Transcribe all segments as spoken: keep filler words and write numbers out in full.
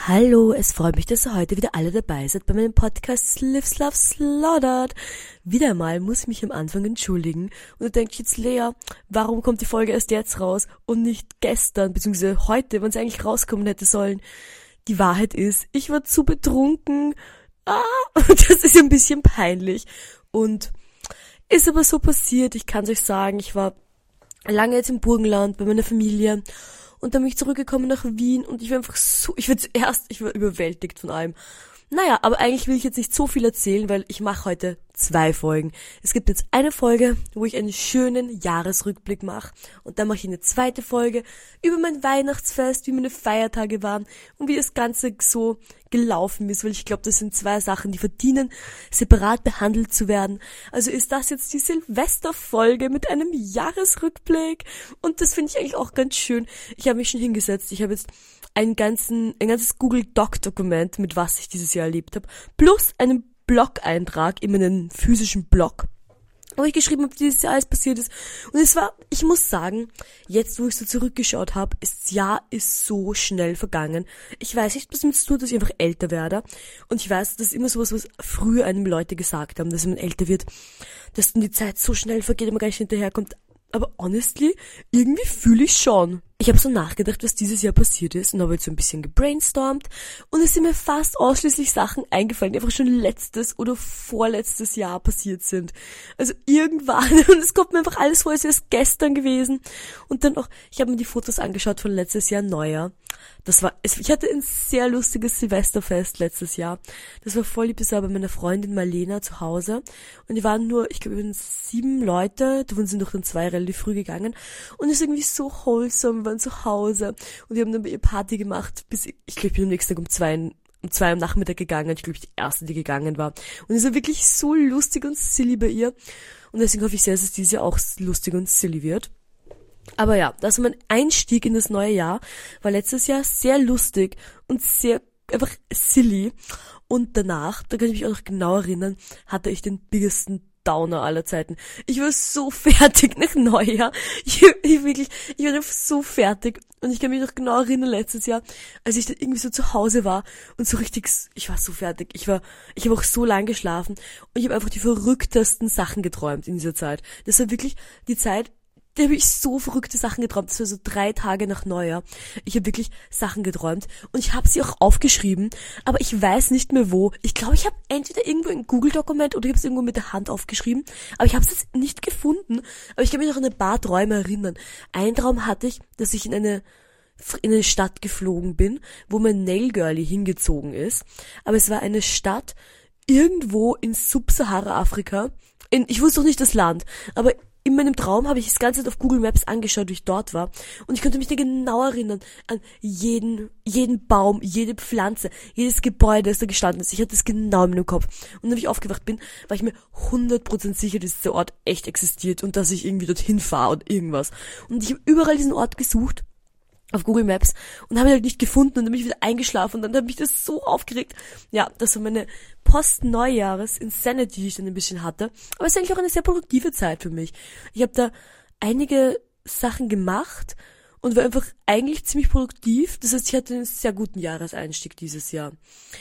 Hallo, es freut mich, dass ihr heute wieder alle dabei seid bei meinem Podcast Lives, Love, Slaughtered. Wieder mal muss ich mich am Anfang entschuldigen und du denkst jetzt, Lea, warum kommt die Folge erst jetzt raus und nicht gestern, beziehungsweise heute, wann sie eigentlich rauskommen hätte sollen. Die Wahrheit ist, ich war zu betrunken. Ah, das ist ein bisschen peinlich und ist aber so passiert. Ich kann es euch sagen, ich war lange jetzt im Burgenland bei meiner Familie. Und dann bin ich zurückgekommen nach Wien und ich war einfach so, ich war zuerst, ich war überwältigt von allem. Naja, aber eigentlich will ich jetzt nicht so viel erzählen, weil ich mache heute zwei Folgen. Es gibt jetzt eine Folge, wo ich einen schönen Jahresrückblick mache und dann mache ich eine zweite Folge über mein Weihnachtsfest, wie meine Feiertage waren und wie das Ganze so gelaufen ist, weil ich glaube, das sind zwei Sachen, die verdienen, separat behandelt zu werden. Also ist das jetzt die Silvesterfolge mit einem Jahresrückblick und das finde ich eigentlich auch ganz schön. Ich habe mich schon hingesetzt, ich habe jetzt einen ganzen, ein ganzes Google Doc Dokument, mit was ich dieses Jahr erlebt habe, plus einen Blog-Eintrag in meinen physischen Blog, wo ich geschrieben habe, wie dieses Jahr alles passiert ist. Und es war, ich muss sagen, jetzt wo ich so zurückgeschaut habe, das Jahr ist so schnell vergangen. Ich weiß nicht, was damit zu tun, dass ich einfach älter werde. Und ich weiß, das ist immer sowas, was früher einem Leute gesagt haben, dass wenn man älter wird, dass dann die Zeit so schnell vergeht und man gar nicht hinterherkommt. Aber honestly, irgendwie fühle ich schon. Ich habe so nachgedacht, was dieses Jahr passiert ist und habe jetzt so ein bisschen gebrainstormt und es sind mir fast ausschließlich Sachen eingefallen, die einfach schon letztes oder vorletztes Jahr passiert sind. Also irgendwann, und es kommt mir einfach alles vor, als wäre es gestern gewesen. Und dann auch, ich habe mir die Fotos angeschaut von letztes Jahr Neujahr. Das war, ich hatte ein sehr lustiges Silvesterfest letztes Jahr. Das war voll lieb, das war bei meiner Freundin Marlena zu Hause. Und die waren nur, ich glaube, wir waren sieben Leute, davon sind doch dann zwei relativ früh gegangen. Und es ist irgendwie so wholesome, wir waren zu Hause. Und wir haben dann bei ihr Party gemacht, bis, ich glaube, ich bin am nächsten Tag um zwei, um zwei am Nachmittag gegangen. Ich glaube, ich die erste, die gegangen war. Und es war wirklich so lustig und silly bei ihr. Und deswegen hoffe ich sehr, dass es dieses Jahr auch lustig und silly wird. Aber ja, das war mein Einstieg in das neue Jahr, war letztes Jahr sehr lustig und sehr einfach silly. Und danach, da kann ich mich auch noch genau erinnern, hatte ich den biggesten Downer aller Zeiten. Ich war so fertig nach Neujahr. Ich, ich wirklich, ich war so fertig. Und ich kann mich noch genau erinnern, letztes Jahr, als ich dann irgendwie so zu Hause war und so richtig, ich war so fertig. Ich war, ich habe auch so lang geschlafen und ich habe einfach die verrücktesten Sachen geträumt in dieser Zeit. Das war wirklich die Zeit, da habe ich so verrückte Sachen geträumt. Das war so drei Tage nach Neujahr. Ich habe wirklich Sachen geträumt und ich habe sie auch aufgeschrieben, aber ich weiß nicht mehr wo. Ich glaube, ich habe entweder irgendwo ein Google-Dokument oder ich habe es irgendwo mit der Hand aufgeschrieben, aber ich habe es jetzt nicht gefunden. Aber ich kann mich noch an ein paar Träume erinnern. Ein Traum hatte ich, dass ich in eine in eine Stadt geflogen bin, wo mein Nail Girlie hingezogen ist. Aber es war eine Stadt irgendwo in Sub-Sahara-Afrika. In, ich wusste doch nicht das Land, aber in meinem Traum habe ich das Ganze auf Google Maps angeschaut, wie ich dort war. Und ich konnte mich da genau erinnern an jeden, jeden Baum, jede Pflanze, jedes Gebäude, das da gestanden ist. Ich hatte das genau in meinem Kopf. Und wenn ich aufgewacht bin, war ich mir hundert Prozent sicher, dass dieser Ort echt existiert und dass ich irgendwie dorthin fahre und irgendwas. Und ich habe überall diesen Ort gesucht auf Google Maps und habe ihn halt nicht gefunden und dann bin ich wieder eingeschlafen und dann habe ich das so aufgeregt. Ja, das war meine Post-Neujahres-Insanity, die ich dann ein bisschen hatte. Aber es ist eigentlich auch eine sehr produktive Zeit für mich. Ich habe da einige Sachen gemacht und war einfach eigentlich ziemlich produktiv. Das heißt, ich hatte einen sehr guten Jahreseinstieg dieses Jahr.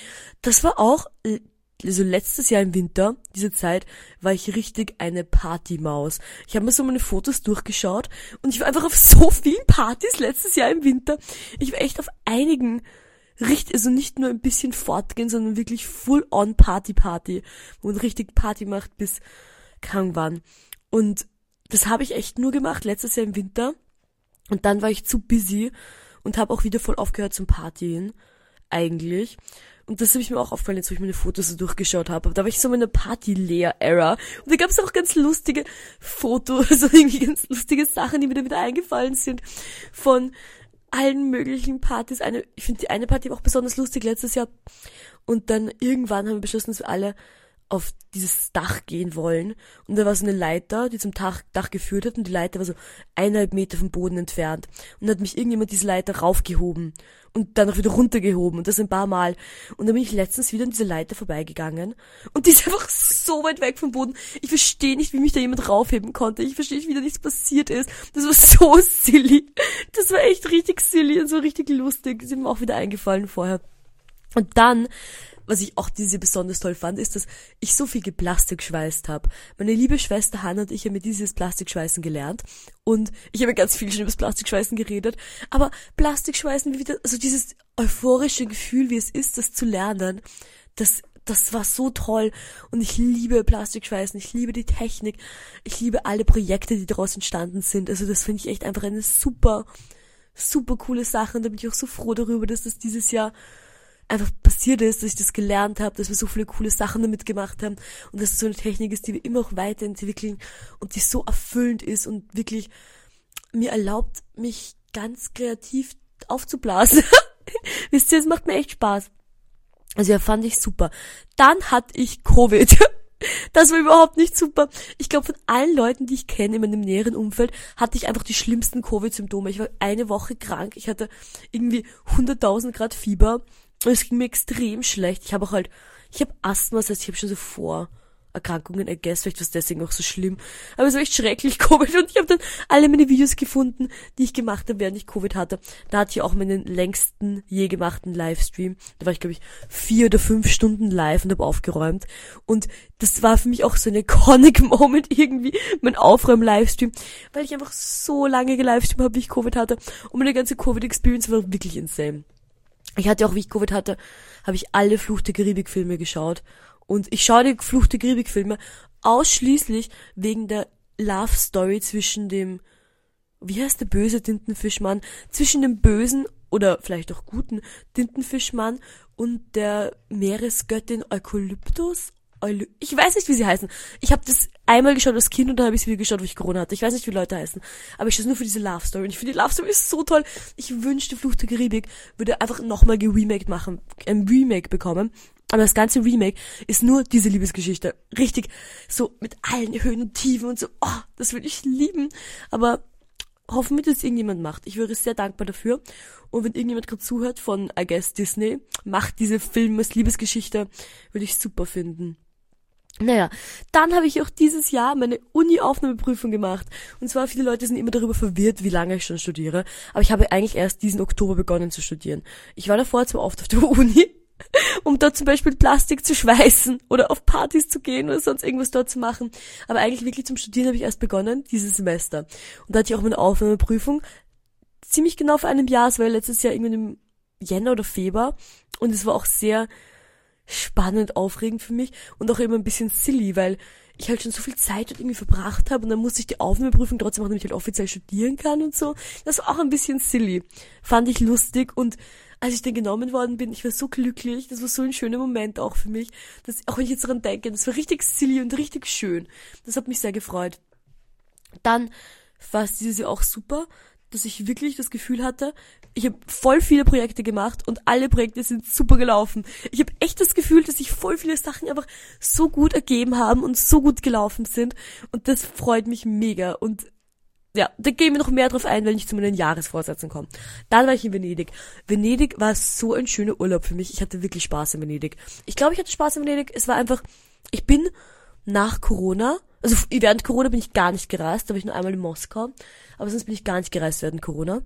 Das war auch, also letztes Jahr im Winter, diese Zeit, war ich richtig eine Partymaus. Ich habe mir so meine Fotos durchgeschaut und ich war einfach auf so vielen Partys letztes Jahr im Winter. Ich war echt auf einigen, richtig, also nicht nur ein bisschen fortgehen, sondern wirklich full-on Party-Party, wo man richtig Party macht bis kaum wann. Und das habe ich echt nur gemacht letztes Jahr im Winter und dann war ich zu busy und habe auch wieder voll aufgehört zum Partyen, eigentlich. Und das habe ich mir auch aufgefallen, jetzt wo ich meine Fotos so durchgeschaut habe. Aber da war ich so in meiner Party-Lehr-Era. Und da gab es auch ganz lustige Fotos, so irgendwie ganz lustige Sachen, die mir da wieder eingefallen sind. Von allen möglichen Partys. Eine, ich finde die eine Party war auch besonders lustig letztes Jahr. Und dann irgendwann haben wir beschlossen, dass wir alle auf dieses Dach gehen wollen. Und da war so eine Leiter, die zum Dach, Dach geführt hat. Und die Leiter war so eineinhalb Meter vom Boden entfernt. Und dann hat mich irgendjemand diese Leiter raufgehoben. Und dann auch wieder runtergehoben. Und das ein paar Mal. Und dann bin ich letztens wieder an diese Leiter vorbeigegangen. Und die ist einfach so weit weg vom Boden. Ich verstehe nicht, wie mich da jemand raufheben konnte. Ich verstehe nicht, wie da nichts passiert ist. Das war so silly. Das war echt richtig silly und so richtig lustig. Das ist mir auch wieder eingefallen vorher. Und dann, was ich auch diese besonders toll fand, ist, dass ich so viel geplastikschweißt habe. Meine liebe Schwester Hannah und ich haben mir dieses Plastikschweißen gelernt und ich habe ganz viel schon über das Plastikschweißen geredet, aber Plastikschweißen, wie wieder, also dieses euphorische Gefühl, wie es ist, das zu lernen, das das war so toll und ich liebe Plastikschweißen, ich liebe die Technik, ich liebe alle Projekte, die daraus entstanden sind. Also das finde ich echt einfach eine super, super coole Sache und da bin ich auch so froh darüber, dass das dieses Jahr einfach passiert ist, dass ich das gelernt habe, dass wir so viele coole Sachen damit gemacht haben und dass es so eine Technik ist, die wir immer auch weiterentwickeln und die so erfüllend ist und wirklich mir erlaubt, mich ganz kreativ aufzublasen. Wisst ihr, es macht mir echt Spaß. Also ja, fand ich super. Dann hatte ich Covid. Das war überhaupt nicht super. Ich glaube, von allen Leuten, die ich kenne in meinem näheren Umfeld, hatte ich einfach die schlimmsten Covid-Symptome. Ich war eine Woche krank. Ich hatte irgendwie hunderttausend Grad Fieber. Und es ging mir extrem schlecht. Ich habe auch halt, ich habe Asthma, das heißt, ich habe schon so Vorerkrankungen, I guess, vielleicht war es deswegen auch so schlimm. Aber es war echt schrecklich, Covid. Und ich habe dann alle meine Videos gefunden, die ich gemacht habe, während ich Covid hatte. Da hatte ich auch meinen längsten je gemachten Livestream. Da war ich, glaube ich, vier oder fünf Stunden live und habe aufgeräumt. Und das war für mich auch so eine iconic Moment irgendwie, mein Aufräumen-Livestream, weil ich einfach so lange gelivestreamt habe, wie ich Covid hatte. Und meine ganze Covid-Experience war wirklich insane. Ich hatte auch, wie ich Covid hatte, habe ich alle Fluch der Karibik-Filme geschaut. Und ich schaue die Fluch der Karibik-Filme ausschließlich wegen der Love-Story zwischen dem, wie heißt der böse Tintenfischmann, zwischen dem bösen oder vielleicht auch guten Tintenfischmann und der Meeresgöttin Eukalyptus. Ich weiß nicht, wie sie heißen. Ich habe das einmal geschaut als Kind und dann habe ich es wieder geschaut, wo ich Corona hatte. Ich weiß nicht, wie Leute heißen. Aber ich schaue nur für diese Love Story. Und ich finde, die Love Story ist so toll. Ich wünschte, Fluch der Karibik würde einfach nochmal geremaked machen. Ein Remake bekommen. Aber das ganze Remake ist nur diese Liebesgeschichte. Richtig, so mit allen Höhen und Tiefen und so. Oh, das würde ich lieben. Aber hoffen wir, dass es irgendjemand macht. Ich wäre sehr dankbar dafür. Und wenn irgendjemand gerade zuhört von, I guess, Disney, macht diese Film als Liebesgeschichte, würde ich super finden. Naja, dann habe ich auch dieses Jahr meine Uni-Aufnahmeprüfung gemacht. Und zwar, viele Leute sind immer darüber verwirrt, wie lange ich schon studiere. Aber ich habe eigentlich erst diesen Oktober begonnen zu studieren. Ich war davor zwar oft auf der Uni, um dort zum Beispiel Plastik zu schweißen oder auf Partys zu gehen oder sonst irgendwas dort zu machen. Aber eigentlich wirklich zum Studieren habe ich erst begonnen, dieses Semester. Und da hatte ich auch meine Aufnahmeprüfung ziemlich genau vor einem Jahr. Es war ja letztes Jahr irgendwann im Jänner oder Februar. Und es war auch sehr spannend, aufregend für mich und auch immer ein bisschen silly, weil ich halt schon so viel Zeit dort irgendwie verbracht habe und dann musste ich die Aufnahmeprüfung trotzdem machen, damit ich halt offiziell studieren kann und so. Das war auch ein bisschen silly. Fand ich lustig und als ich dann genommen worden bin, ich war so glücklich, das war so ein schöner Moment auch für mich, dass, auch wenn ich jetzt daran denke, das war richtig silly und richtig schön. Das hat mich sehr gefreut. Dann war es dieses Jahr auch super, dass ich wirklich das Gefühl hatte, ich habe voll viele Projekte gemacht und alle Projekte sind super gelaufen. Ich habe echt das Gefühl, dass sich voll viele Sachen einfach so gut ergeben haben und so gut gelaufen sind und das freut mich mega und ja, da gehen wir noch mehr drauf ein, wenn ich zu meinen Jahresvorsätzen komme. Dann war ich in Venedig. Venedig war so ein schöner Urlaub für mich. Ich hatte wirklich Spaß in Venedig. Ich glaube, ich hatte Spaß in Venedig. Es war einfach, ich bin nach Corona, also während Corona bin ich gar nicht gereist, da war ich nur einmal in Moskau, aber sonst bin ich gar nicht gereist während Corona.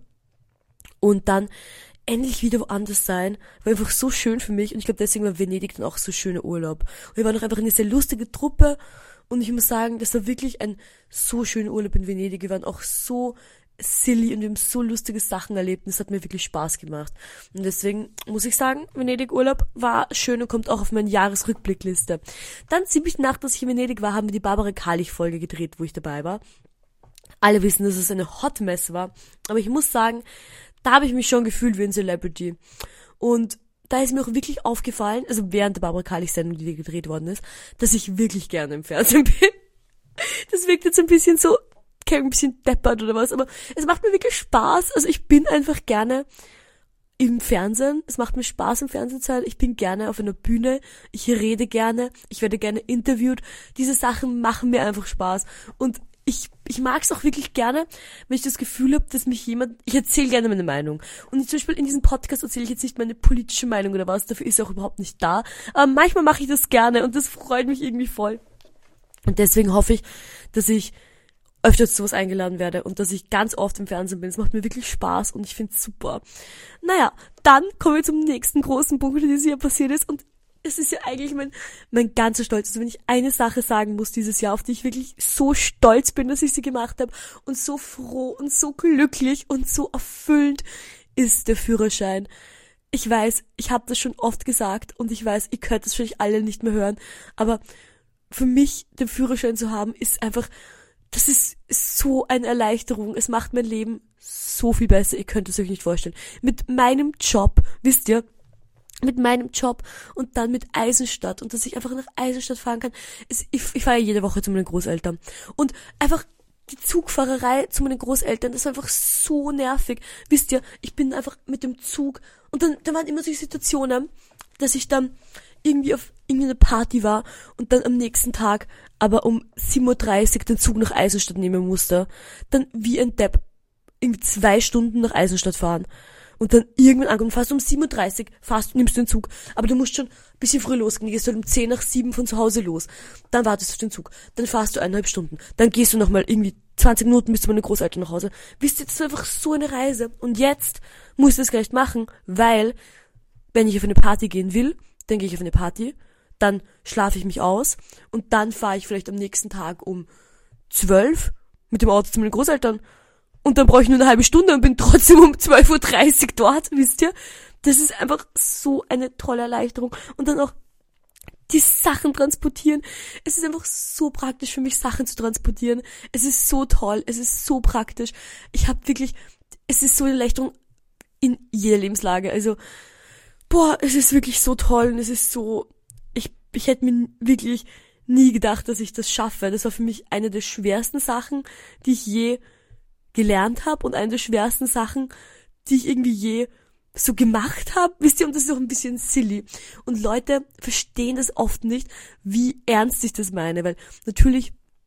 Und dann endlich wieder woanders sein, war einfach so schön für mich und ich glaube, deswegen war Venedig dann auch so schöner Urlaub. Und wir waren auch einfach eine sehr lustige Truppe und ich muss sagen, das war wirklich ein so schöner Urlaub in Venedig. Wir waren auch so silly und wir haben so lustige Sachen erlebt und es hat mir wirklich Spaß gemacht. Und deswegen muss ich sagen, Venedig-Urlaub war schön und kommt auch auf meine Jahresrückblickliste. Dann ziemlich nach, dass ich in Venedig war, haben wir die Barbara Kalich-Folge gedreht, wo ich dabei war. Alle wissen, dass es eine Hot Mess war, aber ich muss sagen, da habe ich mich schon gefühlt wie ein Celebrity. Und da ist mir auch wirklich aufgefallen, also während der Barbara Kalich-Sendung, die gedreht worden ist, dass ich wirklich gerne im Fernsehen bin. Das wirkt jetzt ein bisschen so, ein bisschen deppert oder was, aber es macht mir wirklich Spaß. Also ich bin einfach gerne im Fernsehen. Es macht mir Spaß im Fernsehen zu sein. Ich bin gerne auf einer Bühne. Ich rede gerne. Ich werde gerne interviewt. Diese Sachen machen mir einfach Spaß. Und ich ich mag es auch wirklich gerne, wenn ich das Gefühl habe, dass mich jemand, ich erzähle gerne meine Meinung. Und zum Beispiel in diesem Podcast erzähle ich jetzt nicht meine politische Meinung oder was, dafür ist er auch überhaupt nicht da. Aber manchmal mache ich das gerne und das freut mich irgendwie voll. Und deswegen hoffe ich, dass ich öfter zu sowas eingeladen werde und dass ich ganz oft im Fernsehen bin. Es macht mir wirklich Spaß und ich find's super. Naja, dann kommen wir zum nächsten großen Punkt, der dieses Jahr passiert ist und es ist ja eigentlich mein, mein ganzer Stolz. Also wenn ich eine Sache sagen muss dieses Jahr, auf die ich wirklich so stolz bin, dass ich sie gemacht habe und so froh und so glücklich und so erfüllend, ist der Führerschein. Ich weiß, ich habe das schon oft gesagt und ich weiß, ihr könnt das vielleicht alle nicht mehr hören, aber für mich den Führerschein zu haben, ist einfach, das ist so eine Erleichterung. Es macht mein Leben so viel besser. Ihr könnt es euch nicht vorstellen. Mit meinem Job, wisst ihr, mit meinem Job und dann mit Eisenstadt und dass ich einfach nach Eisenstadt fahren kann. Es, ich, ich fahre ja jede Woche zu meinen Großeltern und einfach die Zugfahrerei zu meinen Großeltern, das war einfach so nervig. Wisst ihr, ich bin einfach mit dem Zug und dann, dann waren immer solche Situationen, dass ich dann irgendwie auf irgendeine Party war und dann am nächsten Tag aber um sieben Uhr dreißig den Zug nach Eisenstadt nehmen musste. Dann wie ein Depp irgendwie zwei Stunden nach Eisenstadt fahren. Und dann irgendwann ankommen, fast um sieben Uhr dreißig, fast nimmst du den Zug, aber du musst schon ein bisschen früh losgehen, gehst du halt um zehn nach sieben von zu Hause los, dann wartest du auf den Zug, dann fahrst du eineinhalb Stunden, dann gehst du nochmal irgendwie zwanzig Minuten bis zu meinen Großeltern nach Hause. Wisst ihr, das ist einfach so eine Reise und jetzt musst du das gleich machen, weil, wenn ich auf eine Party gehen will, dann gehe ich auf eine Party, dann schlafe ich mich aus und dann fahre ich vielleicht am nächsten Tag um zwölf mit dem Auto zu meinen Großeltern. Und dann brauche ich nur eine halbe Stunde und bin trotzdem um zwölf Uhr dreißig dort, wisst ihr? Das ist einfach so eine tolle Erleichterung. Und dann auch die Sachen transportieren. Es ist einfach so praktisch für mich, Sachen zu transportieren. Es ist so toll, es ist so praktisch. Ich habe wirklich, es ist so eine Erleichterung in jeder Lebenslage. Also, boah, es ist wirklich so toll und es ist so, ich, ich hätte mir wirklich nie gedacht, dass ich das schaffe. Das war für mich eine der schwersten Sachen, die ich je gelernt habe und eine der schwersten Sachen, die ich irgendwie je so gemacht habe. Wisst ihr, und das ist auch ein bisschen silly. Und Leute verstehen das oft nicht, wie ernst ich das meine, weil natürlich,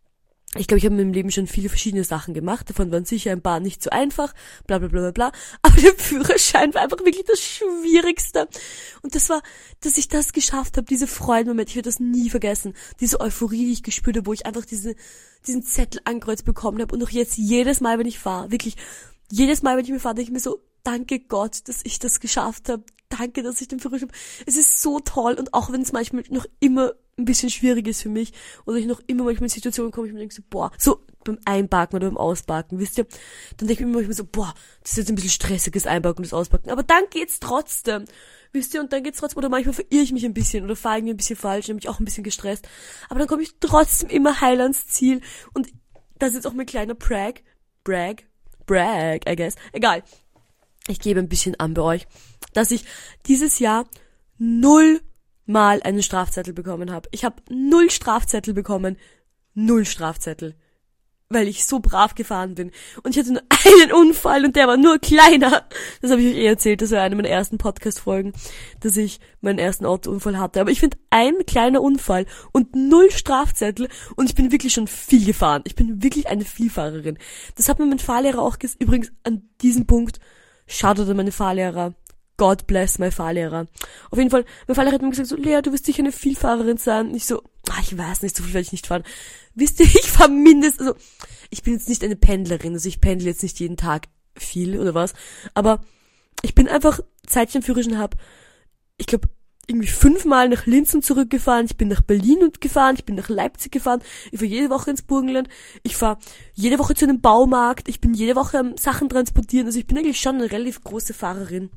ich glaube, ich habe in meinem Leben schon viele verschiedene Sachen gemacht, davon waren sicher ein paar nicht so einfach, bla bla bla bla bla, aber der Führerschein war einfach wirklich das Schwierigste. Und das war, dass ich das geschafft habe, diese Freudenmomente, ich werde das nie vergessen, diese Euphorie, die ich gespürt habe, wo ich einfach diese, diesen Zettel angekreuzt bekommen habe und auch jetzt jedes Mal, wenn ich fahre, wirklich, jedes Mal, wenn ich mir fahre, denke ich mir so, danke Gott, dass ich das geschafft habe, danke, dass ich den Führerschein habe. Es ist so toll und auch wenn es manchmal noch immer ein bisschen schwierig ist für mich oder ich noch immer manchmal in Situationen komme, ich mir denke so, boah, so beim Einparken oder beim Ausparken, wisst ihr, dann denke ich mir manchmal so, boah, das ist jetzt ein bisschen stressiges Einparken und das Ausparken, aber dann geht's trotzdem, wisst ihr, und dann geht's trotzdem, oder manchmal verirre ich mich ein bisschen oder fahre irgendwie ein bisschen falsch, nämlich auch ein bisschen gestresst, aber dann komme ich trotzdem immer heil ans Ziel und das ist jetzt auch mein kleiner Brag, Brag, Brag, I guess, egal, ich gebe ein bisschen an bei euch, dass ich dieses Jahr null mal einen Strafzettel bekommen habe. Ich habe null Strafzettel bekommen. Null Strafzettel. Weil ich so brav gefahren bin. Und ich hatte nur einen Unfall und der war nur kleiner. Das habe ich euch eh erzählt. Das war eine meiner ersten Podcast-Folgen, dass ich meinen ersten Autounfall hatte. Aber ich finde, ein kleiner Unfall und null Strafzettel und ich bin wirklich schon viel gefahren. Ich bin wirklich eine Vielfahrerin. Das hat mir mein Fahrlehrer auch gesagt. Übrigens an diesem Punkt, Shoutout an meine Fahrlehrer. God bless my Fahrlehrer. Auf jeden Fall, mein Fahrlehrer hat mir gesagt, so, Lea, du wirst sicher eine Vielfahrerin sein. Und ich so, ach, ich weiß nicht, so viel werde ich nicht fahren. Wisst ihr, ich fahre mindestens, also, ich bin jetzt nicht eine Pendlerin, also ich pendle jetzt nicht jeden Tag viel oder was, aber ich bin einfach, seit ich den Führerschein habe, ich glaube, irgendwie fünfmal nach Linz und zurückgefahren, ich bin nach Berlin und gefahren, ich bin nach Leipzig gefahren, ich fahre jede Woche ins Burgenland, ich fahre jede Woche zu einem Baumarkt, ich bin jede Woche am Sachen transportieren, also ich bin eigentlich schon eine relativ große Fahrerin.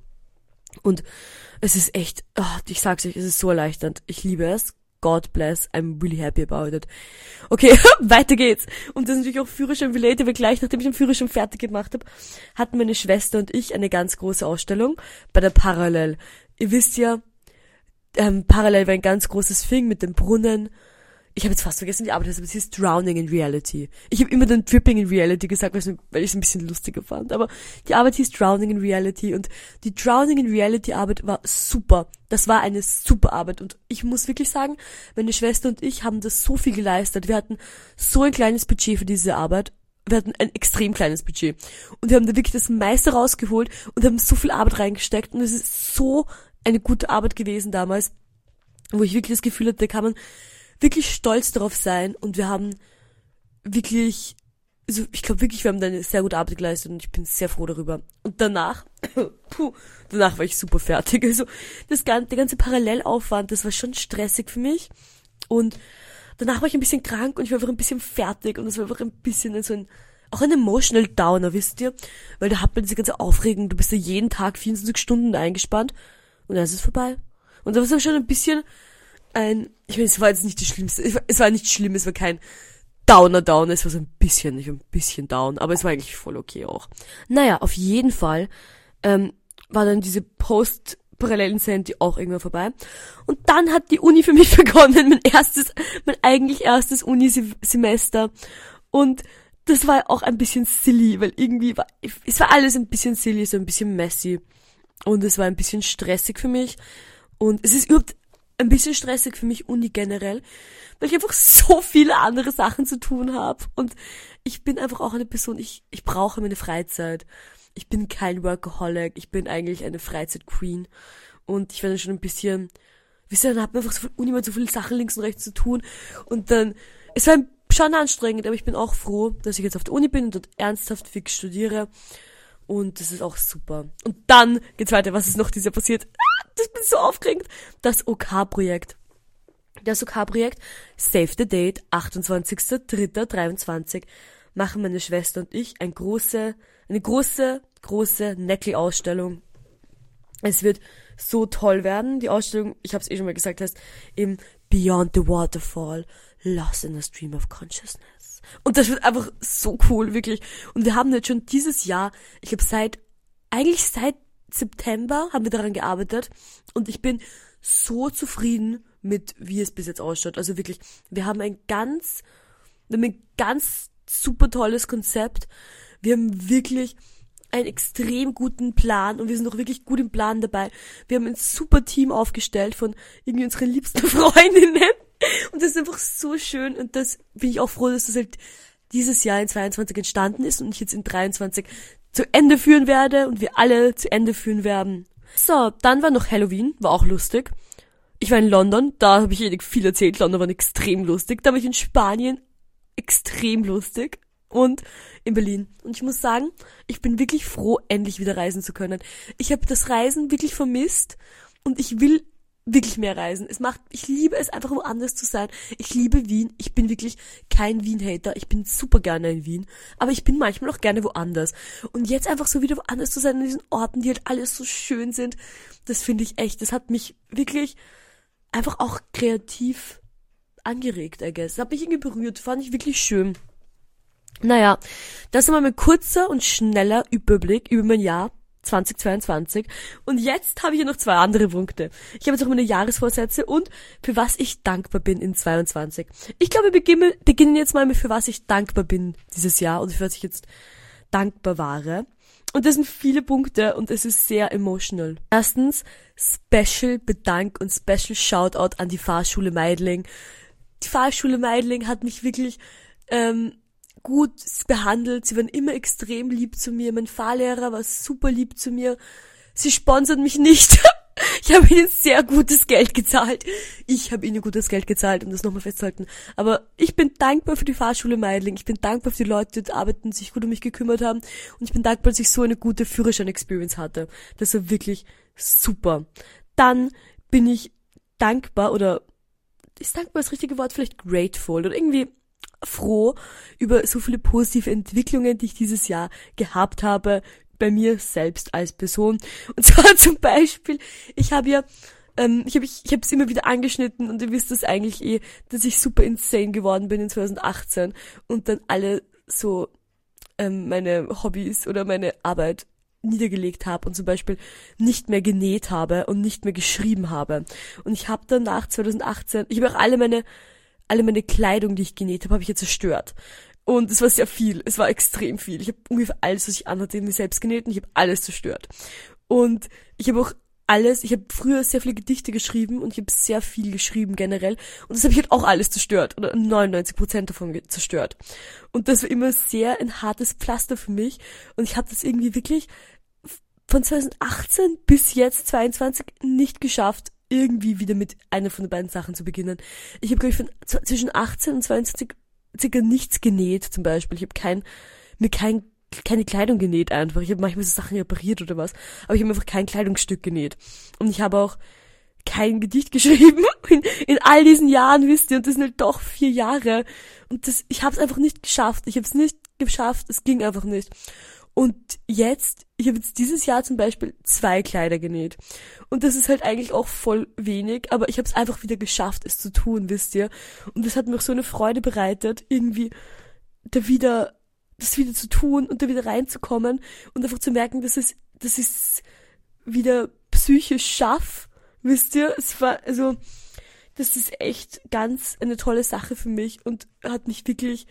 Und es ist echt, oh, ich sag's euch, es ist so erleichternd. Ich liebe es. God bless, I'm really happy about it. Okay, weiter geht's. Und das ist natürlich auch Führerschein-related, weil gleich nachdem ich den Führerschein fertig gemacht habe, hatten meine Schwester und ich eine ganz große Ausstellung bei der Parallel. Ihr wisst ja, ähm, Parallel war ein ganz großes Thing mit dem Brunnen. Ich habe jetzt fast vergessen, wie arbeitet das, aber es hieß Drowning in Reality. Ich habe immer dann Dripping in Reality gesagt, weil ich es ein bisschen lustiger fand. Aber die Arbeit hieß Drowning in Reality und die Drowning in Reality Arbeit war super. Das war eine super Arbeit und ich muss wirklich sagen, meine Schwester und ich haben das so viel geleistet. Wir hatten so ein kleines Budget für diese Arbeit. Wir hatten ein extrem kleines Budget. Und wir haben da wirklich das meiste rausgeholt und haben so viel Arbeit reingesteckt und es ist so eine gute Arbeit gewesen damals, wo ich wirklich das Gefühl hatte, da kann man wirklich stolz darauf sein und wir haben wirklich also ich glaube wirklich, wir haben da eine sehr gute Arbeit geleistet und ich bin sehr froh darüber. Und danach, puh, danach war ich super fertig. Also das ganze, der ganze Parallelaufwand, das war schon stressig für mich. Und danach war ich ein bisschen krank und ich war einfach ein bisschen fertig und es war einfach ein bisschen so ein, auch ein emotional Downer, wisst ihr? Weil da hat man diese ganze Aufregung, du bist ja jeden Tag vierundzwanzig Stunden eingespannt und dann ist es vorbei. Und da war es schon ein bisschen ein, ich meine, es war jetzt nicht das Schlimmste, es war nicht schlimm, es war kein Downer, Downer, es war so ein bisschen, nicht ein bisschen down, aber es war eigentlich voll okay auch. Naja, auf jeden Fall ähm, war dann diese Post-Parallelen-Sanity auch irgendwann vorbei. Und dann hat die Uni für mich begonnen, mein erstes, mein eigentlich erstes Uni-Semester. Und das war auch ein bisschen silly, weil irgendwie war, es war alles ein bisschen silly, so ein bisschen messy. Und es war ein bisschen stressig für mich. Und es ist überhaupt ein bisschen stressig für mich Uni generell, weil ich einfach so viele andere Sachen zu tun habe. Und ich bin einfach auch eine Person, ich, ich brauche meine Freizeit. Ich bin kein Workaholic, ich bin eigentlich eine Freizeit-Queen. Und ich werde schon ein bisschen, wisst ihr, dann hat man einfach so viel Uni, man hat so viele Sachen links und rechts zu tun. Und dann, es war schon anstrengend, aber ich bin auch froh, dass ich jetzt auf der Uni bin und dort ernsthaft fix studiere. Und das ist auch super. Und dann geht's weiter, was ist noch dieses Jahr passiert? Ah, das bin so aufregend. Das O K-Projekt. Das O K-Projekt, Save the Date, achtundzwanzigster dritter dreiundzwanzig, machen meine Schwester und ich eine große, eine große, große Neckel-Ausstellung. Es wird so toll werden. Die Ausstellung, ich habe es eh schon mal gesagt, heißt im Beyond the Waterfall, Lost in a Stream of Consciousness. Und das wird einfach so cool, wirklich. Und wir haben jetzt schon dieses Jahr, ich glaube seit, eigentlich seit September haben wir daran gearbeitet und ich bin so zufrieden mit, wie es bis jetzt ausschaut. Also wirklich, wir haben ein ganz, wir haben ein ganz super tolles Konzept. Wir haben wirklich einen extrem guten Plan und wir sind auch wirklich gut im Plan dabei. Wir haben ein super Team aufgestellt von irgendwie unseren liebsten Freundinnen und das ist einfach so schön und das bin ich auch froh, dass das halt dieses Jahr in zweiundzwanzig entstanden ist und ich jetzt in dreiundzwanzig zu Ende führen werde und wir alle zu Ende führen werden. So, dann war noch Halloween, war auch lustig. Ich war in London, da habe ich eh viel erzählt, London war extrem lustig. Da war ich in Spanien, extrem lustig. Und in Berlin. Und ich muss sagen, ich bin wirklich froh, endlich wieder reisen zu können. Ich habe das Reisen wirklich vermisst und ich will wirklich mehr reisen. Es macht, ich liebe es einfach woanders zu sein. Ich liebe Wien. Ich bin wirklich kein Wien-Hater. Ich bin super gerne in Wien. Aber ich bin manchmal auch gerne woanders. Und jetzt einfach so wieder woanders zu sein, an diesen Orten, die halt alles so schön sind, das finde ich echt, das hat mich wirklich einfach auch kreativ angeregt, I guess. Das hat mich irgendwie berührt. Fand ich wirklich schön. Naja, das war mein kurzer und schneller Überblick über mein Jahr zweitausendzweiundzwanzig. Und jetzt habe ich hier noch zwei andere Punkte. Ich habe jetzt auch meine Jahresvorsätze und für was ich dankbar bin in zweiundzwanzig. Ich glaube, wir beginnen, beginnen jetzt mal mit für was ich dankbar bin dieses Jahr und für was ich jetzt dankbar war. Und das sind viele Punkte und es ist sehr emotional. Erstens, Special Bedank und Special Shoutout an die Fahrschule Meidling. Die Fahrschule Meidling hat mich wirklich ähm, gut behandelt. Sie waren immer extrem lieb zu mir. Mein Fahrlehrer war super lieb zu mir. Sie sponsern mich nicht. Ich habe ihnen sehr gutes Geld gezahlt. Ich habe ihnen gutes Geld gezahlt, um das nochmal festzuhalten. Aber ich bin dankbar für die Fahrschule Meidling. Ich bin dankbar für die Leute, die dort arbeiten, sich gut um mich gekümmert haben. Und ich bin dankbar, dass ich so eine gute Führerschein-Experience hatte. Das war wirklich super. Dann bin ich dankbar, oder ist dankbar das richtige Wort? Vielleicht grateful oder irgendwie froh über so viele positive Entwicklungen, die ich dieses Jahr gehabt habe, bei mir selbst als Person. Und zwar zum Beispiel, ich habe ja, ähm, ich habe ich, ich habe es immer wieder angeschnitten und ihr wisst das eigentlich eh, dass ich super insane geworden bin in zwanzig achtzehn und dann alle so ähm, meine Hobbys oder meine Arbeit niedergelegt habe und zum Beispiel nicht mehr genäht habe und nicht mehr geschrieben habe. Und ich habe dann nach zwanzig achtzehn, ich habe auch alle meine alle meine Kleidung, die ich genäht habe, habe ich ja zerstört. Und es war sehr viel. Es war extrem viel. Ich habe ungefähr alles, was ich anhatte, in mir selbst genäht und ich habe alles zerstört. Und ich habe auch alles, ich habe früher sehr viele Gedichte geschrieben und ich habe sehr viel geschrieben generell. Und das habe ich halt auch alles zerstört. Oder neunundneunzig Prozent davon zerstört. Und das war immer sehr ein hartes Pflaster für mich. Und ich habe das irgendwie wirklich von zwanzig achtzehn bis jetzt zweiundzwanzig nicht geschafft, irgendwie wieder mit einer von den beiden Sachen zu beginnen. Ich habe, glaube ich, von zwischen achtzehn und zweiundzwanzig circa nichts genäht zum Beispiel. Ich habe kein, mir kein, keine Kleidung genäht einfach. Ich habe manchmal so Sachen repariert oder was, aber ich habe einfach kein Kleidungsstück genäht. Und ich habe auch kein Gedicht geschrieben in, in all diesen Jahren, wisst ihr, und das sind halt doch vier Jahre. Und das, ich habe es einfach nicht geschafft. Ich habe es nicht geschafft, es ging einfach nicht. Und jetzt, ich habe jetzt dieses Jahr zum Beispiel zwei Kleider genäht. Und das ist halt eigentlich auch voll wenig, aber ich habe es einfach wieder geschafft, es zu tun, wisst ihr. Und das hat mir auch so eine Freude bereitet, irgendwie da wieder, das wieder zu tun und da wieder reinzukommen und einfach zu merken, dass es, dass ich es wieder psychisch schaffe, wisst ihr. Es war, also, das ist echt ganz eine tolle Sache für mich und hat mich wirklich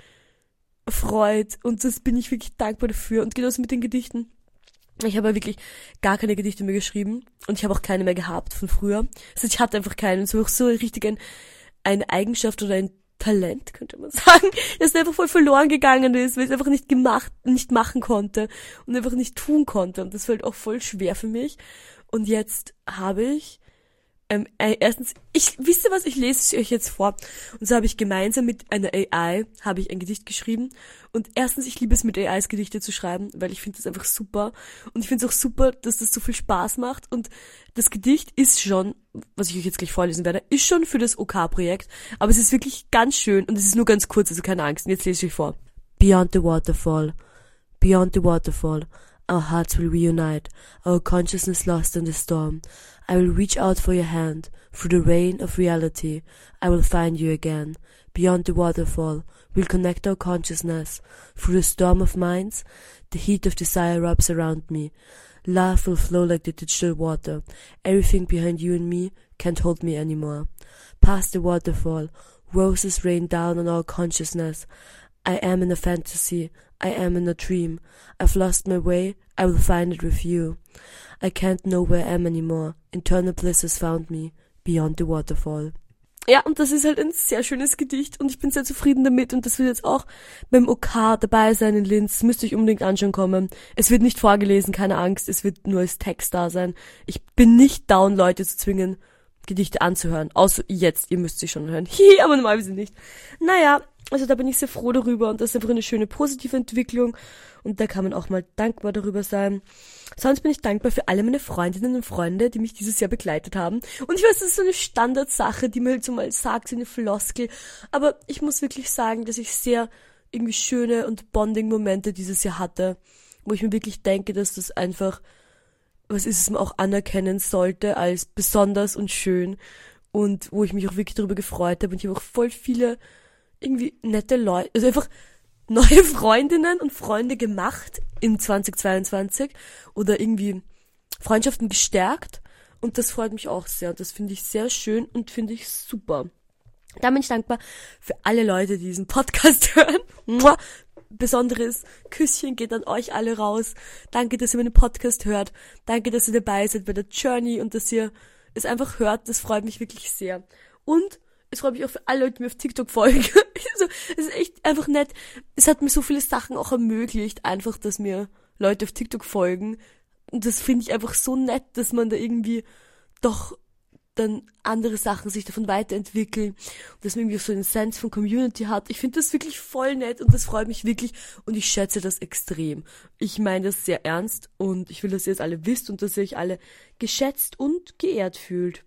freut und das bin ich wirklich dankbar dafür. Und genauso mit den Gedichten. Ich habe ja wirklich gar keine Gedichte mehr geschrieben und ich habe auch keine mehr gehabt von früher. Also ich hatte einfach keinen. Es war auch so richtig ein, eine Eigenschaft oder ein Talent, könnte man sagen, das einfach voll verloren gegangen ist, weil ich es einfach nicht gemacht, nicht machen konnte und einfach nicht tun konnte. Und das war halt auch voll schwer für mich. Und jetzt habe ich Ähm, äh, erstens, ich, wisst ihr was, ich lese es euch jetzt vor. Und so habe ich gemeinsam mit einer A I, habe ich ein Gedicht geschrieben. Und erstens, ich liebe es, mit A Is Gedichte zu schreiben, weil ich finde das einfach super. Und ich finde es auch super, dass das so viel Spaß macht. Und das Gedicht ist schon, was ich euch jetzt gleich vorlesen werde, ist schon für das OK-Projekt. Aber es ist wirklich ganz schön und es ist nur ganz kurz, also keine Angst. Und jetzt lese ich euch vor. Beyond the waterfall, beyond the waterfall, our hearts will reunite, our consciousness lost in the storm. I will reach out for your hand, through the rain of reality, I will find you again. Beyond the waterfall, we'll connect our consciousness. Through the storm of minds, the heat of desire wraps around me. Love will flow like the digital water. Everything behind you and me can't hold me anymore. Past the waterfall, roses rain down on our consciousness. I am in a fantasy, I am in a dream. I've lost my way, I will find it with you. I can't know where I am anymore. Internal bliss has found me, beyond the waterfall. Ja, und das ist halt ein sehr schönes Gedicht und ich bin sehr zufrieden damit und das wird jetzt auch beim OK dabei sein in Linz. Müsst ihr euch unbedingt anschauen kommen. Es wird nicht vorgelesen, keine Angst, es wird nur als Text da sein. Ich bin nicht down, Leute zu zwingen, Gedichte anzuhören. Außer jetzt, ihr müsst sie schon hören. Hi, aber normalerweise nicht. Naja, also da bin ich sehr froh darüber und das ist einfach eine schöne positive Entwicklung und da kann man auch mal dankbar darüber sein. Sonst bin ich dankbar für alle meine Freundinnen und Freunde, die mich dieses Jahr begleitet haben. Und ich weiß, das ist so eine Standardsache, die man halt so mal sagt, so eine Floskel. Aber ich muss wirklich sagen, dass ich sehr irgendwie schöne und Bonding-Momente dieses Jahr hatte, wo ich mir wirklich denke, dass das einfach was ist, es man auch anerkennen sollte als besonders und schön und wo ich mich auch wirklich darüber gefreut habe und ich habe auch voll viele irgendwie nette Leute, also einfach neue Freundinnen und Freunde gemacht in zweitausendzweiundzwanzig oder irgendwie Freundschaften gestärkt und das freut mich auch sehr und das finde ich sehr schön und finde ich super. Da bin ich dankbar für alle Leute, die diesen Podcast hören. Mua. Besonderes Küsschen geht an euch alle raus. Danke, dass ihr meinen Podcast hört. Danke, dass ihr dabei seid bei der Journey und dass ihr es einfach hört. Das freut mich wirklich sehr. Und es freut mich auch für alle Leute, die mir auf TikTok folgen. Also, es ist echt einfach nett. Es hat mir so viele Sachen auch ermöglicht, einfach, dass mir Leute auf TikTok folgen. Und das finde ich einfach so nett, dass man da irgendwie doch dann andere Sachen sich davon weiterentwickeln und dass man irgendwie so einen Sense von Community hat. Ich finde das wirklich voll nett und das freut mich wirklich und ich schätze das extrem. Ich meine das sehr ernst und ich will, dass ihr es alle wisst und dass ihr euch alle geschätzt und geehrt fühlt.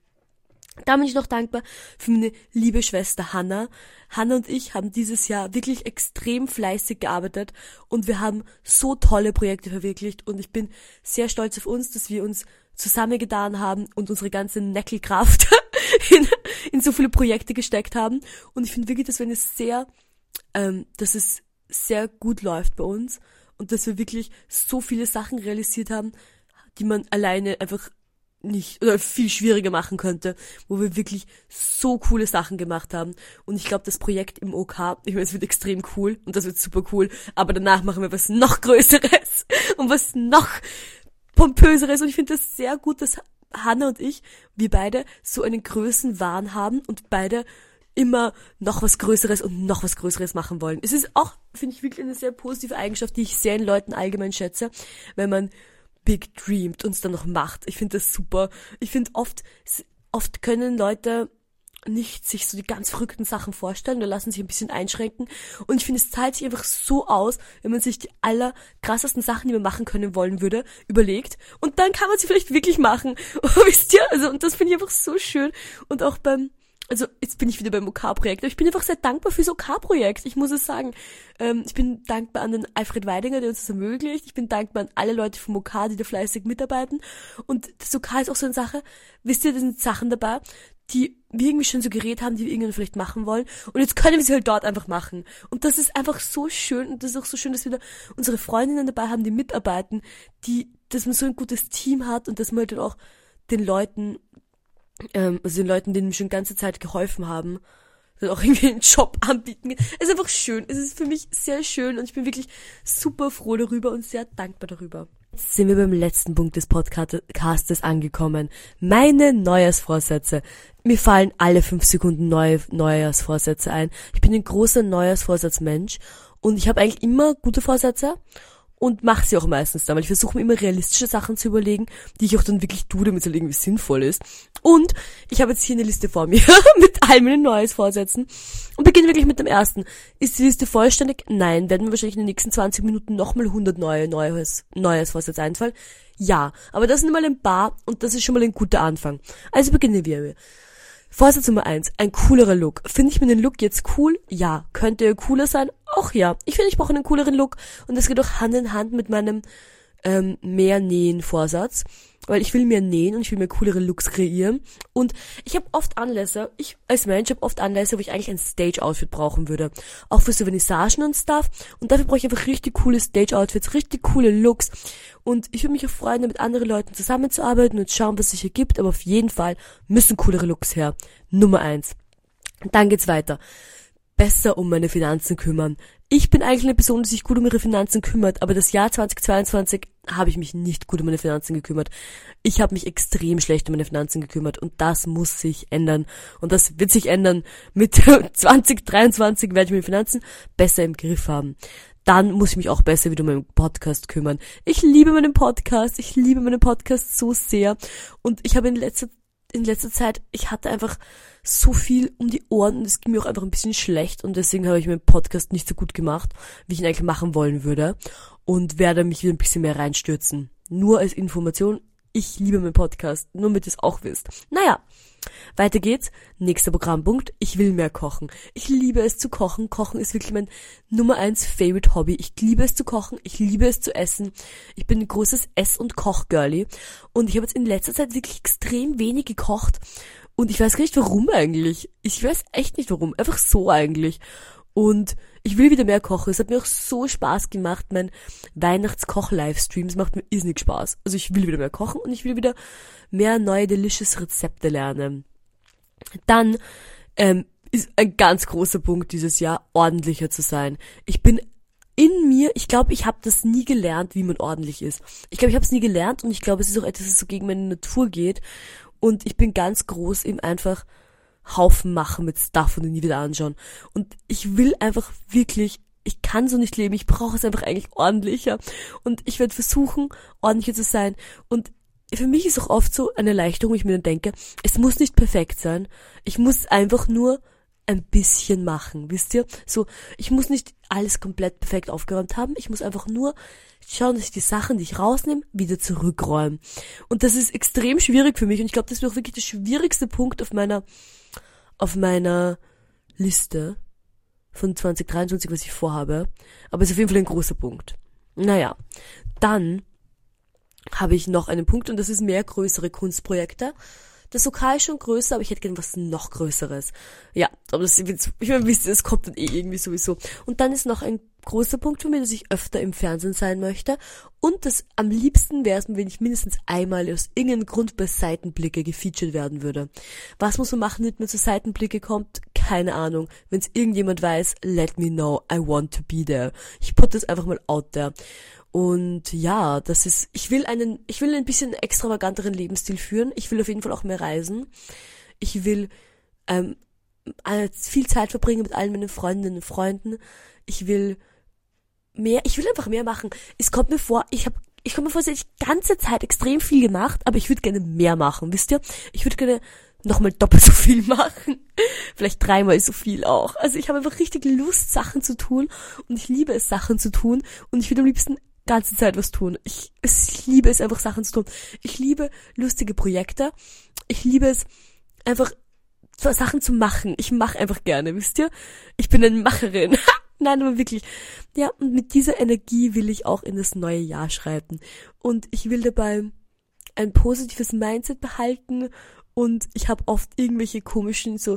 Da bin ich noch dankbar für meine liebe Schwester Hannah. Hannah und ich haben dieses Jahr wirklich extrem fleißig gearbeitet und wir haben so tolle Projekte verwirklicht und ich bin sehr stolz auf uns, dass wir uns zusammengetan haben und unsere ganze Neckelkraft in, in so viele Projekte gesteckt haben und ich finde wirklich, dass wir eine sehr, ähm, dass es sehr gut läuft bei uns und dass wir wirklich so viele Sachen realisiert haben, die man alleine einfach nicht oder viel schwieriger machen könnte, wo wir wirklich so coole Sachen gemacht haben und ich glaube, das Projekt im OK, ich meine, es wird extrem cool und das wird super cool, aber danach machen wir was noch Größeres und was noch Pompöseres und ich finde das sehr gut, dass Hannah und ich, wir beide so einen Größenwahn haben und beide immer noch was Größeres und noch was Größeres machen wollen. Es ist auch, finde ich, wirklich eine sehr positive Eigenschaft, die ich sehr in Leuten allgemein schätze, wenn man big dreamt und es dann noch macht. Ich finde das super. Ich finde oft, oft können Leute nicht sich so die ganz verrückten Sachen vorstellen oder lassen sich ein bisschen einschränken. Und ich finde, es zahlt sich einfach so aus, wenn man sich die allerkrassesten Sachen, die man machen können wollen würde, überlegt. Und dann kann man sie vielleicht wirklich machen. Wisst ihr? Also, und das finde ich einfach so schön. Und auch beim, also jetzt bin ich wieder beim O K-Projekt, aber ich bin einfach sehr dankbar für das O K-Projekt. Ich muss es sagen. Ähm, ich bin dankbar an den Alfred Weidinger, der uns das ermöglicht. Ich bin dankbar an alle Leute vom O K, die da fleißig mitarbeiten. Und das O K ist auch so eine Sache, wisst ihr, da sind Sachen dabei, die wir irgendwie schon so geredet haben, die wir irgendwann vielleicht machen wollen. Und jetzt können wir sie halt dort einfach machen. Und das ist einfach so schön. Und das ist auch so schön, dass wir da unsere Freundinnen dabei haben, die mitarbeiten, die, dass man so ein gutes Team hat und dass man halt dann auch den Leuten, ähm, also den Leuten, denen wir schon die ganze Zeit geholfen haben, dann auch irgendwie einen Job anbieten. Es ist einfach schön. Es ist für mich sehr schön und ich bin wirklich super froh darüber und sehr dankbar darüber. Jetzt sind wir beim letzten Punkt des Podcastes angekommen. Meine Neujahrsvorsätze. Mir fallen alle fünf Sekunden neue Neujahrsvorsätze ein. Ich bin ein großer Neujahrsvorsatzmensch und ich habe eigentlich immer gute Vorsätze und mache sie auch meistens dann, weil ich versuche mir immer realistische Sachen zu überlegen, die ich auch dann wirklich tue, damit es halt irgendwie sinnvoll ist. Und ich habe jetzt hier eine Liste vor mir mit all meinen Neujahrsvorsätzen und beginne wirklich mit dem ersten. Ist die Liste vollständig? Nein. Werden mir wahrscheinlich in den nächsten zwanzig Minuten nochmal hundert neue Neujahrs Neujahrsvorsätze einfallen? Ja. Aber das sind mal ein paar und das ist schon mal ein guter Anfang. Also beginnen wir. Vorsatz Nummer eins, ein coolerer Look. Finde ich mir den Look jetzt cool? Ja. Könnte er cooler sein? Auch ja. Ich finde, ich brauche einen cooleren Look und das geht auch Hand in Hand mit meinem ähm, mehr Nähen-Vorsatz, weil ich will mehr nähen und ich will mir coolere Looks kreieren und ich habe oft Anlässe, ich als Mensch habe oft Anlässe, wo ich eigentlich ein Stage-Outfit brauchen würde, auch für so Vernissagen und Stuff und dafür brauche ich einfach richtig coole Stage-Outfits, richtig coole Looks und ich würde mich auch freuen, mit anderen Leuten zusammenzuarbeiten und schauen, was sich hier gibt, aber auf jeden Fall müssen coolere Looks her. Nummer eins. Dann geht's weiter. Besser um meine Finanzen kümmern. Ich bin eigentlich eine Person, die sich gut um ihre Finanzen kümmert, aber das Jahr zweitausendzweiundzwanzig habe ich mich nicht gut um meine Finanzen gekümmert. Ich habe mich extrem schlecht um meine Finanzen gekümmert und das muss sich ändern. Und das wird sich ändern. Mit zwanzig dreiundzwanzig werde ich meine Finanzen besser im Griff haben. Dann muss ich mich auch besser wieder um meinen Podcast kümmern. Ich liebe meinen Podcast, ich liebe meinen Podcast so sehr und ich habe in letzter in letzter Zeit, ich hatte einfach so viel um die Ohren und es ging mir auch einfach ein bisschen schlecht und deswegen habe ich meinen Podcast nicht so gut gemacht, wie ich ihn eigentlich machen wollen würde und werde mich wieder ein bisschen mehr reinstürzen. Nur als Information, ich liebe meinen Podcast, nur damit ihr es auch wisst. Naja, weiter geht's. Nächster Programmpunkt. Ich will mehr kochen. Ich liebe es zu kochen. Kochen ist wirklich mein Nummer eins Favorite Hobby. Ich liebe es zu kochen. Ich liebe es zu essen. Ich bin ein großes Ess- und Koch-Girlie. Und ich habe jetzt in letzter Zeit wirklich extrem wenig gekocht. Und ich weiß gar nicht warum eigentlich. Ich weiß echt nicht warum. Einfach so eigentlich. Und ich will wieder mehr kochen. Es hat mir auch so Spaß gemacht. Mein Weihnachtskoch-Livestream, es macht mir irrsinnig Spaß. Also ich will wieder mehr kochen und ich will wieder mehr neue, delicious Rezepte lernen. Dann ähm, ist ein ganz großer Punkt dieses Jahr, ordentlicher zu sein. Ich bin in mir, ich glaube, ich habe das nie gelernt, wie man ordentlich ist. Ich glaube, ich habe es nie gelernt und ich glaube, es ist auch etwas, das so gegen meine Natur geht. Und ich bin ganz groß im einfach Haufen machen mit Stuff und den nie wieder anschauen. Und ich will einfach wirklich, ich kann so nicht leben, ich brauche es einfach eigentlich ordentlicher. Und ich werde versuchen, ordentlicher zu sein. Und für mich ist auch oft so eine Erleichterung, wo ich mir dann denke, es muss nicht perfekt sein. Ich muss einfach nur ein bisschen machen, wisst ihr? So, ich muss nicht alles komplett perfekt aufgeräumt haben. Ich muss einfach nur schauen, dass ich die Sachen, die ich rausnehme, wieder zurückräume. Und das ist extrem schwierig für mich. Und ich glaube, das ist auch wirklich der schwierigste Punkt auf meiner auf meiner Liste von zwanzig dreiundzwanzig, was ich vorhabe. Aber es ist auf jeden Fall ein großer Punkt. Naja, dann habe ich noch einen Punkt und das ist mehr größere Kunstprojekte. Das O K ist schon größer, aber ich hätte gerne was noch Größeres. Ja, aber das, ich meine, wisst ihr, das kommt dann eh irgendwie sowieso. Und dann ist noch ein großer Punkt für mich, dass ich öfter im Fernsehen sein möchte. Und das am liebsten wäre es mir, wenn ich mindestens einmal aus irgendeinem Grund bei Seitenblicke gefeatured werden würde. Was muss man machen, damit man zu Seitenblicke kommt? Keine Ahnung. Wenn es irgendjemand weiß, let me know. I want to be there. Ich put das einfach mal out there. Und ja, das ist, ich will einen, ich will ein bisschen extravaganteren Lebensstil führen. Ich will auf jeden Fall auch mehr reisen. Ich will ähm, viel Zeit verbringen mit allen meinen Freundinnen und Freunden. Ich will mehr, ich will einfach mehr machen. Es kommt mir vor, ich habe, ich komme mir vor, dass ich die ganze Zeit extrem viel gemacht, aber ich würde gerne mehr machen, wisst ihr? Ich würde gerne nochmal doppelt so viel machen. Vielleicht dreimal so viel auch. Also ich habe einfach richtig Lust, Sachen zu tun und ich liebe es, Sachen zu tun und ich würde am liebsten ganze Zeit was tun. Ich, ich liebe es einfach, Sachen zu tun. Ich liebe lustige Projekte. Ich liebe es einfach, Sachen zu machen. Ich mache einfach gerne, wisst ihr? Ich bin eine Macherin. Nein, aber wirklich. Ja, und mit dieser Energie will ich auch in das neue Jahr schreiten. Und ich will dabei ein positives Mindset behalten und ich habe oft irgendwelche komischen so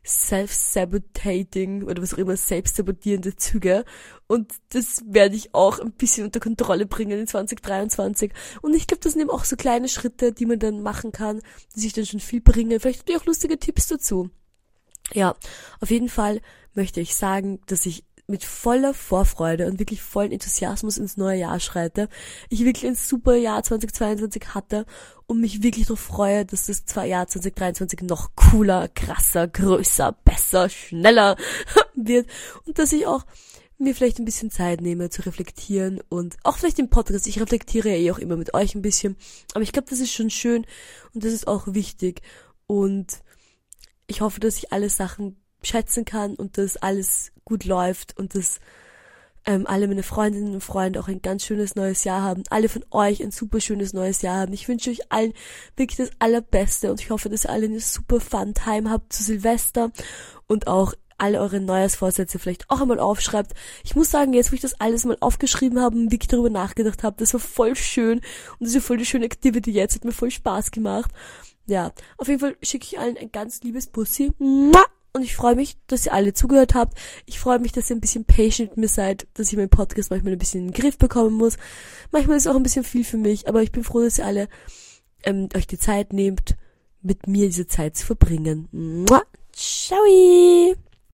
self-sabotating oder was auch immer, selbstsabotierende Züge und das werde ich auch ein bisschen unter Kontrolle bringen in zwanzig dreiundzwanzig und ich glaube, das sind eben auch so kleine Schritte, die man dann machen kann, die sich dann schon viel bringen. Vielleicht habt ihr auch lustige Tipps dazu. Ja, auf jeden Fall möchte ich sagen, dass ich mit voller Vorfreude und wirklich vollen Enthusiasmus ins neue Jahr schreite. Ich wirklich ein super Jahr zwanzig zweiundzwanzig hatte und mich wirklich darauf freue, dass das Jahr zwanzig dreiundzwanzig noch cooler, krasser, größer, besser, schneller wird und dass ich auch mir vielleicht ein bisschen Zeit nehme zu reflektieren und auch vielleicht im Podcast. Ich reflektiere ja eh auch immer mit euch ein bisschen, aber ich glaube, das ist schon schön und das ist auch wichtig und ich hoffe, dass ich alle Sachen schätzen kann und dass alles gut läuft und dass ähm, alle meine Freundinnen und Freunde auch ein ganz schönes neues Jahr haben. Alle von euch ein super schönes neues Jahr haben. Ich wünsche euch allen wirklich das Allerbeste und ich hoffe, dass ihr alle eine super fun Time habt zu Silvester und auch alle eure Neujahrsvorsätze vielleicht auch einmal aufschreibt. Ich muss sagen, jetzt wo ich das alles mal aufgeschrieben habe und wirklich darüber nachgedacht habe, das war voll schön und das ist ja voll die schöne Activity jetzt, hat mir voll Spaß gemacht. Ja, auf jeden Fall schicke ich allen ein ganz liebes Bussi. Und ich freue mich, dass ihr alle zugehört habt. Ich freue mich, dass ihr ein bisschen patient mit mir seid, dass ich meinen Podcast manchmal ein bisschen in den Griff bekommen muss. Manchmal ist es auch ein bisschen viel für mich, aber ich bin froh, dass ihr alle ähm, euch die Zeit nehmt, mit mir diese Zeit zu verbringen. Mua. Ciao!